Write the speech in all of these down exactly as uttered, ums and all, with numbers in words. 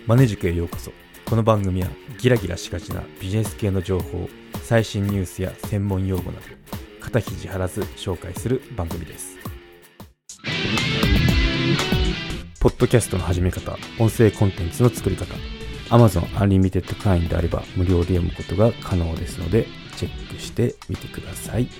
マネ塾へようこそ。この番組はギラギラしがちなビジネス系の情報、最新ニュースや専門用語など肩肘張らず紹介する番組です。ポッドキャストの始め方、音声コンテンツの作り方、 Amazon Unlimited 会員であれば無料で読むことが可能ですのでチェックしてみてください。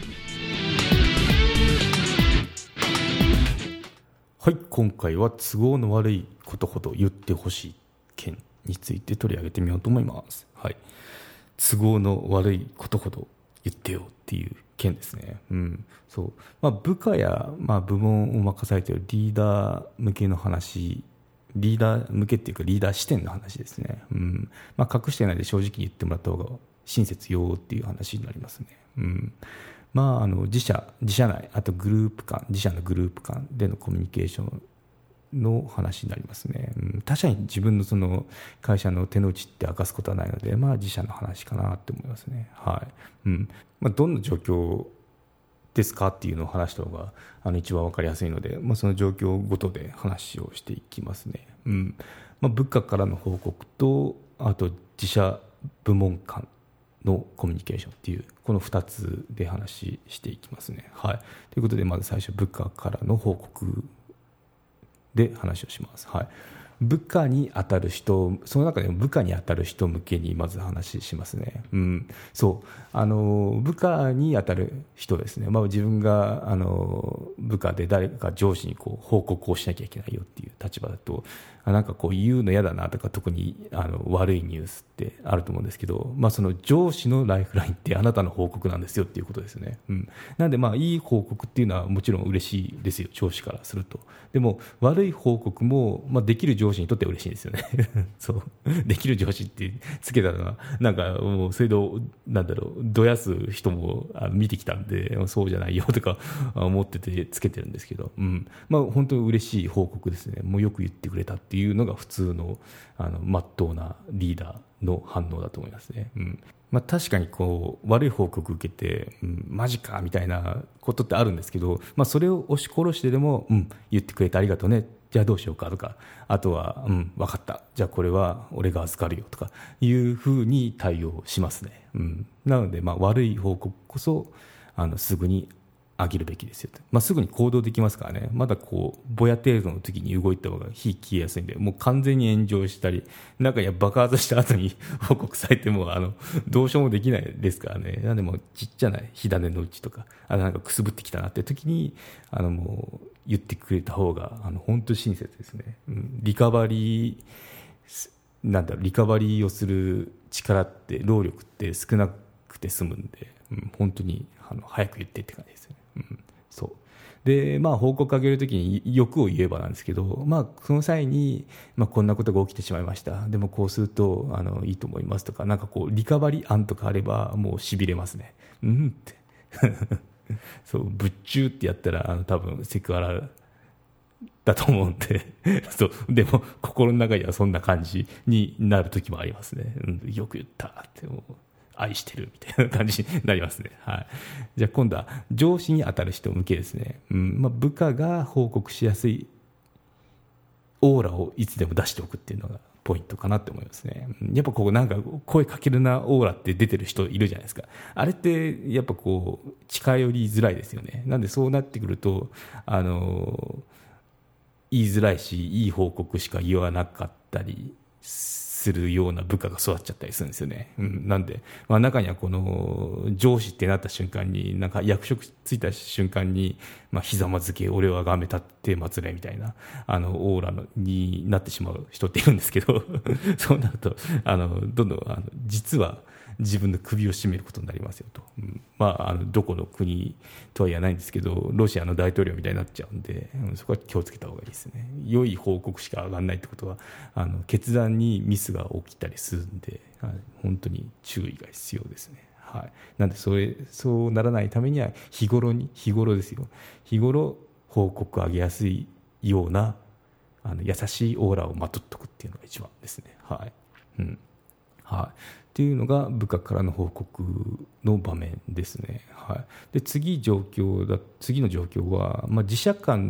はい、今回は都合の悪いことほど言ってほしい件について取り上げてみようと思います。はい、都合の悪いことほど言ってよっていう件ですね。うん、そう、まあ、部下や、まあ、部門を任されているリーダー向けの話、リーダー向けっていうかリーダー視点の話ですね。うん、まあ、隠してないで正直に言ってもらった方が親切よっていう話になりますね。うん、まあ、あの自社自社内、あとグループ間、自社のグループ間でのコミュニケーションの話になりますね。うん、他社に自分のその会社の手の内って明かすことはないので、まあ、自社の話かなって思いますね。はい、うん、まあ、どんな状況ですかっていうのを話した方があの一番分かりやすいので、まあ、その状況ごとで話をしていきますね。うん、まあ、部下からの報告と、あと自社部門間のコミュニケーションっていう、このふたつで話していきますね。はい、ということで、まず最初部下からの報告で話をします。はい、部下に当たる人、その中でも部下に当たる人向けにまず話しますね。うん、そうあの部下に当たる人ですね。まあ、自分があの部下で誰か上司にこう報告をしなきゃいけないよっていう立場だと、あなんかこう言うの嫌だなとか、特にあの悪いニュースってあると思うんですけど、まあ、その上司のライフラインってあなたの報告なんですよっていうことですね。うん、なので、まあいい報告っていうのはもちろん嬉しいですよ、上司からすると。でも悪い報告も、まあ、できる上司にとっては嬉しいんですよね。そうできる上司ってつけたのはなんかもうそれでなんだろう、どやす人もあの見てきたんで、そうじゃないよとか思っててつけてるんですけど、うん、まあ、本当に嬉しい報告ですね。もうよく言ってくれたっていうのが普通のあの真っ当なリーダーの反応だと思いますね。うん、まあ、確かにこう悪い報告受けて、うん、マジかみたいなことってあるんですけど、まあ、それを押し殺してでも、うん、言ってくれてありがとうね、じゃあどうしようかとか、あとは、うん、分かった、じゃあこれは俺が預かるよとかいうふうに対応しますね。うん、なので、まあ、悪い報告こそあのすぐにあげるべきですよと。まあ、すぐに行動できますからね。まだこうぼや程度の時に動いた方が火消えやすいんで、もう完全に炎上したり、中には爆発した後に報告されてもあのどうしようもできないですからね。なんでもちっちゃな火種のうちとか、あのなんかくすぶってきたなって時にあのもう言ってくれた方があの本当に親切ですね。うん、リカバリーなんだろうリカバリーをする力って労力って少なくて済むんで、うん、本当にあの早く言ってって感じですね。うん、そうで、まあ、報告あげるときに欲を言えばなんですけど、まあ、その際に、まあ、こんなことが起きてしまいました、でもこうするとあのいいと思いますとか、なんかこうリカバリー案とかあればもうしびれますね。うんってそうぶっちゅうってやったらあの多分セクハラだと思うんでそうでも心の中にはそんな感じになる時もありますね。うん、よく言ったってもう愛してるみたいな感じになりますね。はい、じゃあ今度は上司に当たる人向けですね。うんまあ、部下が報告しやすいオーラをいつでも出しておくっていうのがポイントかなって思いますね。やっぱこうなんか声かけるなオーラって出てる人いるじゃないですか。あれってやっぱこう近寄りづらいですよね。なんでそうなってくるとあの言いづらいし、いい報告しか言わなかったりするような部下が育っちゃったりするんですよね。うん、なんで、まあ、中にはこの上司ってなった瞬間に、なんか役職ついた瞬間に、まあ、ひざまずけ俺はがめ立って祭れみたいなあのオーラのになってしまう人っているんですけどそうなるとあのどんどんあの実は自分の首を絞めることになりますよと、うん、まあ、あのどこの国とは言わないんですけど、ロシアの大統領みたいになっちゃうんで、うん、そこは気をつけた方がいいですね。良い報告しか上がらないってことはあの決断にミスが起きたりするんで、はい、本当に注意が必要ですね。はい、なんでそれそうならないためには日頃に日頃ですよ日頃報告上げやすいようなあの優しいオーラをまとっとくっていうのが一番ですね。はい、うんはい、っていうのが部下からの報告の場面ですね。はい、で次状況だ次の状況は、まあ、自社間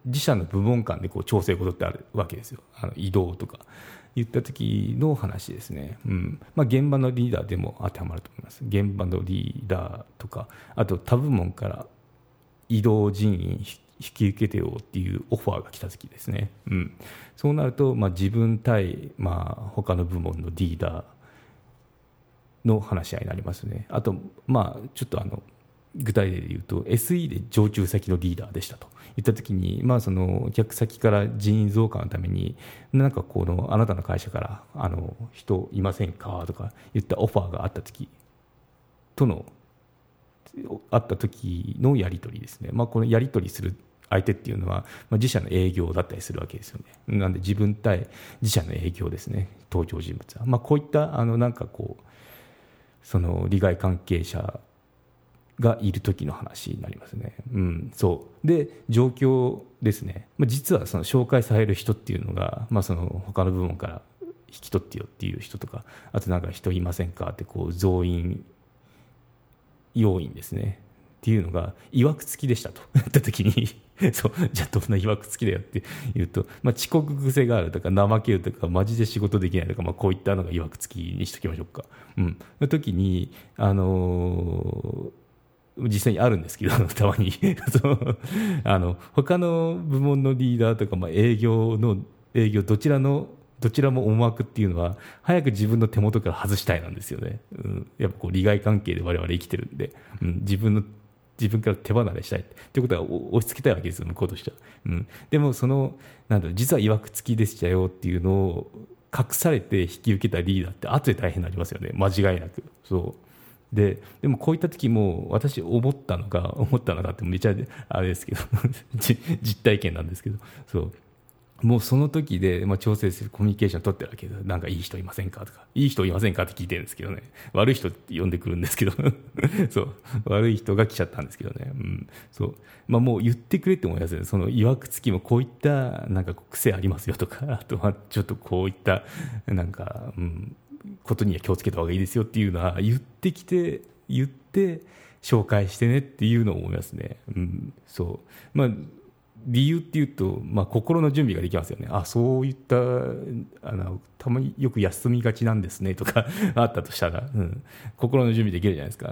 自社の部門間でこう調整事ってあるわけですよ。あの移動とか言った時の話ですね、うんまあ、現場のリーダーでも当てはまると思います。現場のリーダーとか、あと他部門から移動人員引き受けてよっていうオファーが来た時ですね、うん、そうなると、まあ、自分対、まあ、他の部門のリーダーの話し合いになりますね。あと、まあ、ちょっとあの具体例で言うと エスイー で常駐先のリーダーでしたと言ったときに、まあ、その客先から人員増加のためになんかこのあなたの会社からあの人いませんかとか言ったオファーがあったときとのあった時のやり取りですね、まあ、このやり取りする相手っていうのは、まあ、自社の営業だったりするわけですよね。なんで自分対自社の営業ですね、登場人物は、まあ、こういったあのなんかこうその利害関係者がいる時の話になりますね、うん、そうで状況ですね、まあ、実はその紹介される人っていうのが、まあ、その他の部門から引き取ってよっていう人とか、あとなんか人いませんかってこう増員要員ですねっていうのがいわくつきでしたと言った時にそうじゃあどんないわくつきだよって言うと、まあ、遅刻癖があるとか怠けるとかマジで仕事できないとか、まあ、こういったのがいわくつきにしておきましょうか、うん、の時にあのー実際にあるんですけどたまにそうあの他の部門のリーダーとか、まあ、営業の営業どちらのどちらも思惑っていうのは早く自分の手元から外したいなんですよね、うん、やっぱこう利害関係で我々生きてるんで、うん、自分の自分から手離れしたいっていうことは押し付けたいわけですよ向こうとしては、うん、でもそのなんだろう実はいわくつきでしたよっていうのを隠されて引き受けたリーダーって後で大変になりますよね間違いなく。そうで, でもこういった時も私思ったのが思ったのがってめちゃあれですけど実体験なんですけど、そうもうその時で、まあ、調整するコミュニケーション取ってるわけで、なんかいい人いませんかとかいい人いませんかって聞いてるんですけどね、悪い人って呼んでくるんですけどそう悪い人が来ちゃったんですけどね、うんそうまあ、もう言ってくれって思いますね。そのいわくつきもこういったなんか癖ありますよとか、あとはちょっとこういったなんか、うんことには気をつけた方がいいですよっていうのは言ってきて言って紹介してねっていうのを思いますね、うんそうまあ、理由っていうと、まあ、心の準備ができますよね。あそういったあのたまによく休みがちなんですねとかあったとしたら、うん、心の準備できるじゃないですか、うん、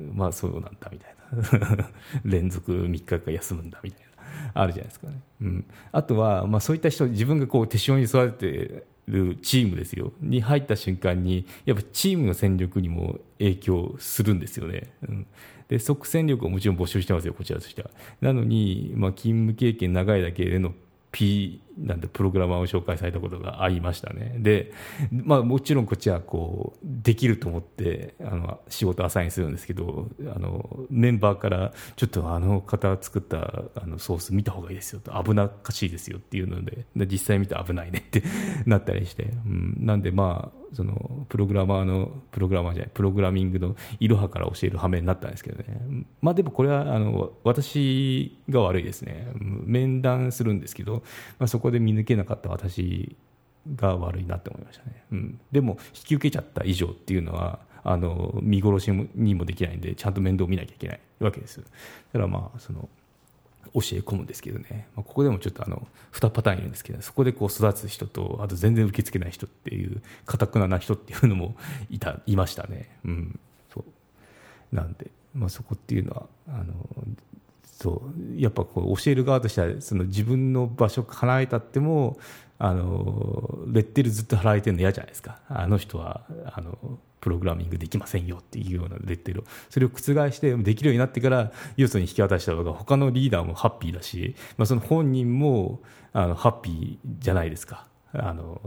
まあそうなんだみたいな連続みっかかん休むんだみたいなあるじゃないですかね、うん、あとは、まあ、そういった人自分がこう手塩に育ててるチームですよに入った瞬間にやっぱチームの戦力にも影響するんですよね、うん、で即戦力をもちろん募集してますよこちらとしては。なのに、まあ、勤務経験長いだけでの P なんてプログラマーを紹介されたことがありましたね。で、まあ、もちろんこっちはこうできると思ってあの仕事アサインするんですけど、あのメンバーからちょっとあの方作ったあのソース見た方がいいですよと危なっかしいですよっていうので、で実際見て危ないねってなったりして、うん、なんでまあそのプログラマーのプログラマーじゃないプログラミングのいろはから教える羽目になったんですけどね。まあでもこれはあの私が悪いですね。面談するんですけど、まあ、そこで見抜けなかった私が悪いなって思いましたね、うん、でも引き受けちゃった以上っていうのはあの見殺しにもできないんでちゃんと面倒見なきゃいけないわけです。だからまあその教え込むんですけどね、まあ、ここでもちょっとあのにパターンいるんですけど、そこでこう育つ人とあと全然受け付けない人っていう堅くなな人っていうのもいたいましたね、うん、そうなんで、まあ、そこっていうのはあのそうやっぱこう教える側としてはその自分の場所離れたってもあのレッテルずっと貼られてるの嫌じゃないですか。あの人はあのプログラミングできませんよっていうようなレッテルをそれを覆してできるようになってからよそに引き渡した方が他のリーダーもハッピーだし、まあ、その本人もあのハッピーじゃないですか。あの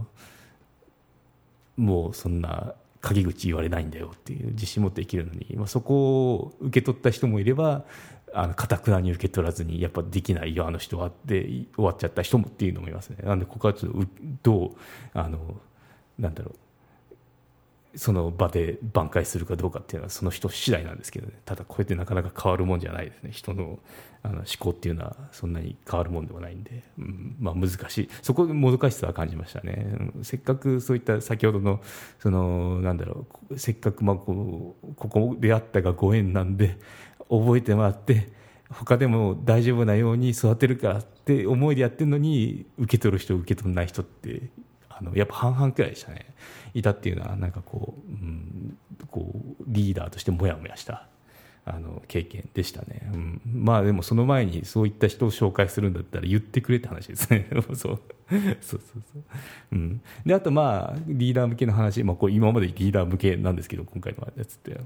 もうそんな陰口言われないんだよっていう自信持って生きるのに、まあ、そこを受け取った人もいればあの堅くなに受け取らずにやっぱできないよあの人はって終わっちゃった人もっていうのもいますね。なんでここはちょっとどうあのなんだろうその場で挽回するかどうかっていうのはその人次第なんですけどね。ただこうやってなかなか変わるもんじゃないですね。人の、あの思考っていうのはそんなに変わるもんではないんで、うんまあ、難しいそこもどかしさは感じましたね、うん、せっかくそういった先ほどのそのなんだろうせっかくまあこうここであったがご縁なんで覚えてもらって他でも大丈夫なように育てるからって思いでやってるのに、受け取る人受け取らない人ってあのやっぱ半々くらいでしたね。いたっていうのはなんかこう、うん、こうリーダーとしてモヤモヤしたあの経験でしたね、うん、まあでもその前にそういった人を紹介するんだったら言ってくれって話ですねそうそうそうそう、うん、であとまあリーダー向けの話、まあ、これ今までリーダー向けなんですけど今回のやつって、うん、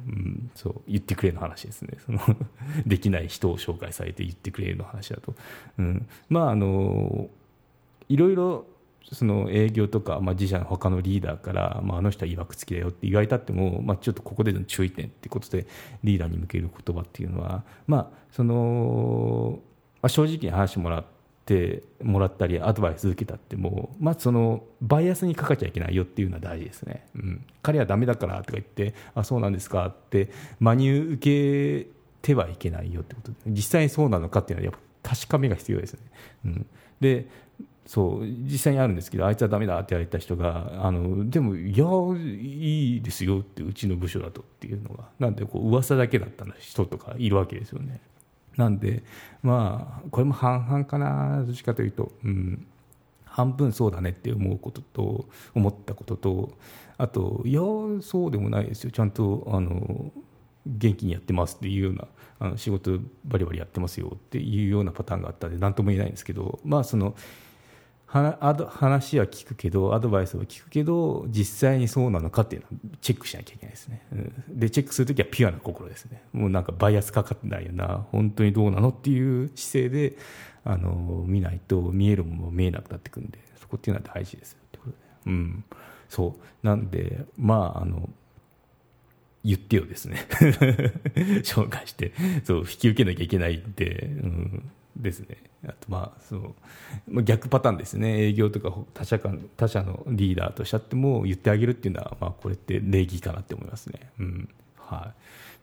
そう言ってくれの話ですね。そのできない人を紹介されて言ってくれの話だと、うん、まああのいろいろその営業とか、まあ、自社の他のリーダーから、まあ、あの人はいわくつきだよって言われたっても、まあ、ちょっとここでの注意点ってことでリーダーに向ける言葉っていうのは、まあそのまあ、正直に話してもらってもらったりアドバイス受けたっても、まあ、そのバイアスにかかっちゃいけないよっていうのは大事ですね、うん、彼はダメだからとか言ってあそうなんですかって真に受けてはいけないよってことで、実際にそうなのかっていうのはやっぱ確かめが必要ですね、うん、でそう実際にあるんですけど、あいつはダメだって言われた人があのでもいやいいですよってうちの部署だとっていうのがなんでこう噂だけだった人とかいるわけですよね。なんでまあこれも半々かな、どっちかというと、うん、半分そうだねって思うことと思ったことと、あといやそうでもないですよ、ちゃんとあの元気にやってますっていうようなあの仕事バリバリやってますよっていうようなパターンがあったんで何とも言えないんですけど、まあその話は聞くけどアドバイスは聞くけど実際にそうなのかっていうのをチェックしなきゃいけないですね、うん、でチェックするときはピュアな心ですね。もうなんかバイアスかかってないよな本当にどうなのっていう姿勢であの見ないと見えるものも見えなくなってくるんで、そこっていうのは大事ですよってことで、うん、そうなんでまああの言ってよですね紹介してそう引き受けなきゃいけないんで、うんですね。あとまあそう逆パターンですね。営業とか他社間他社のリーダーとしちゃっても言ってあげるっていうのは、まあ、これって礼儀かなって思いますね、うんはい、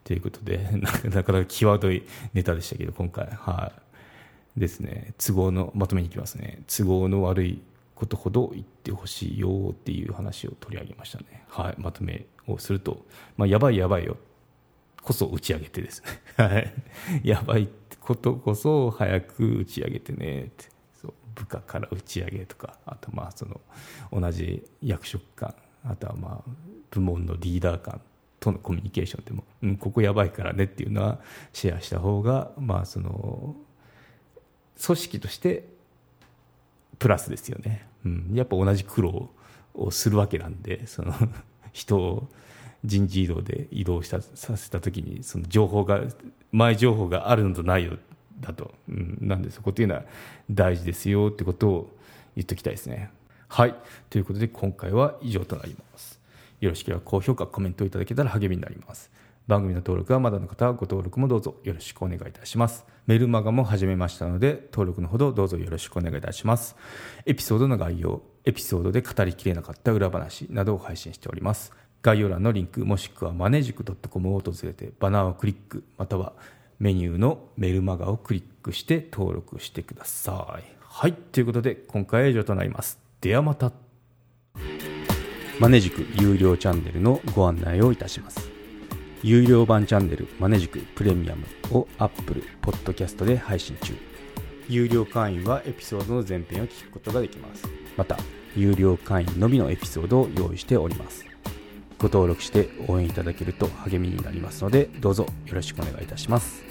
ということでなかなか際どいネタでしたけど今回、はいですね、都合のまとめにいきますね。都合の悪いことほど言ってほしいよっていう話を取り上げましたね、はい、まとめをすると、まあ、やばいやばいよこそ打ち上げてですねはいやばいことこそ早く打ち上げてねって、そう部下から打ち上げとか、あとまあその同じ役職間、あとはまあ部門のリーダー間とのコミュニケーションでも、うん、ここやばいからねっていうのはシェアした方が、まあその組織としてプラスですよね、うん、やっぱ同じ苦労をするわけなんで、その人を人事異動で移動したさせたときにその情報が前情報があるのとないよだと、うん、なんでそこっていうのは大事ですよってことを言っておきたいですね。はいということで今回は以上となります。よろしければ高評価コメントいただけたら励みになります。番組の登録はまだの方はご登録もどうぞよろしくお願いいたします。メルマガも始めましたので登録のほどどうぞよろしくお願いいたします。エピソードの概要、エピソードで語りきれなかった裏話などを配信しております。概要欄のリンクもしくはマネジク .com を訪れてバナーをクリック、またはメニューのメルマガをクリックして登録してください。はいということで今回は以上となります。ではまた。マネジク有料チャンネルのご案内をいたします。有料版チャンネルマネジクプレミアムを Apple Podcast で配信中。有料会員はエピソードの前編を聞くことができます。また有料会員のみのエピソードを用意しております。ご登録して応援いただけると励みになりますのでどうぞよろしくお願いいたします。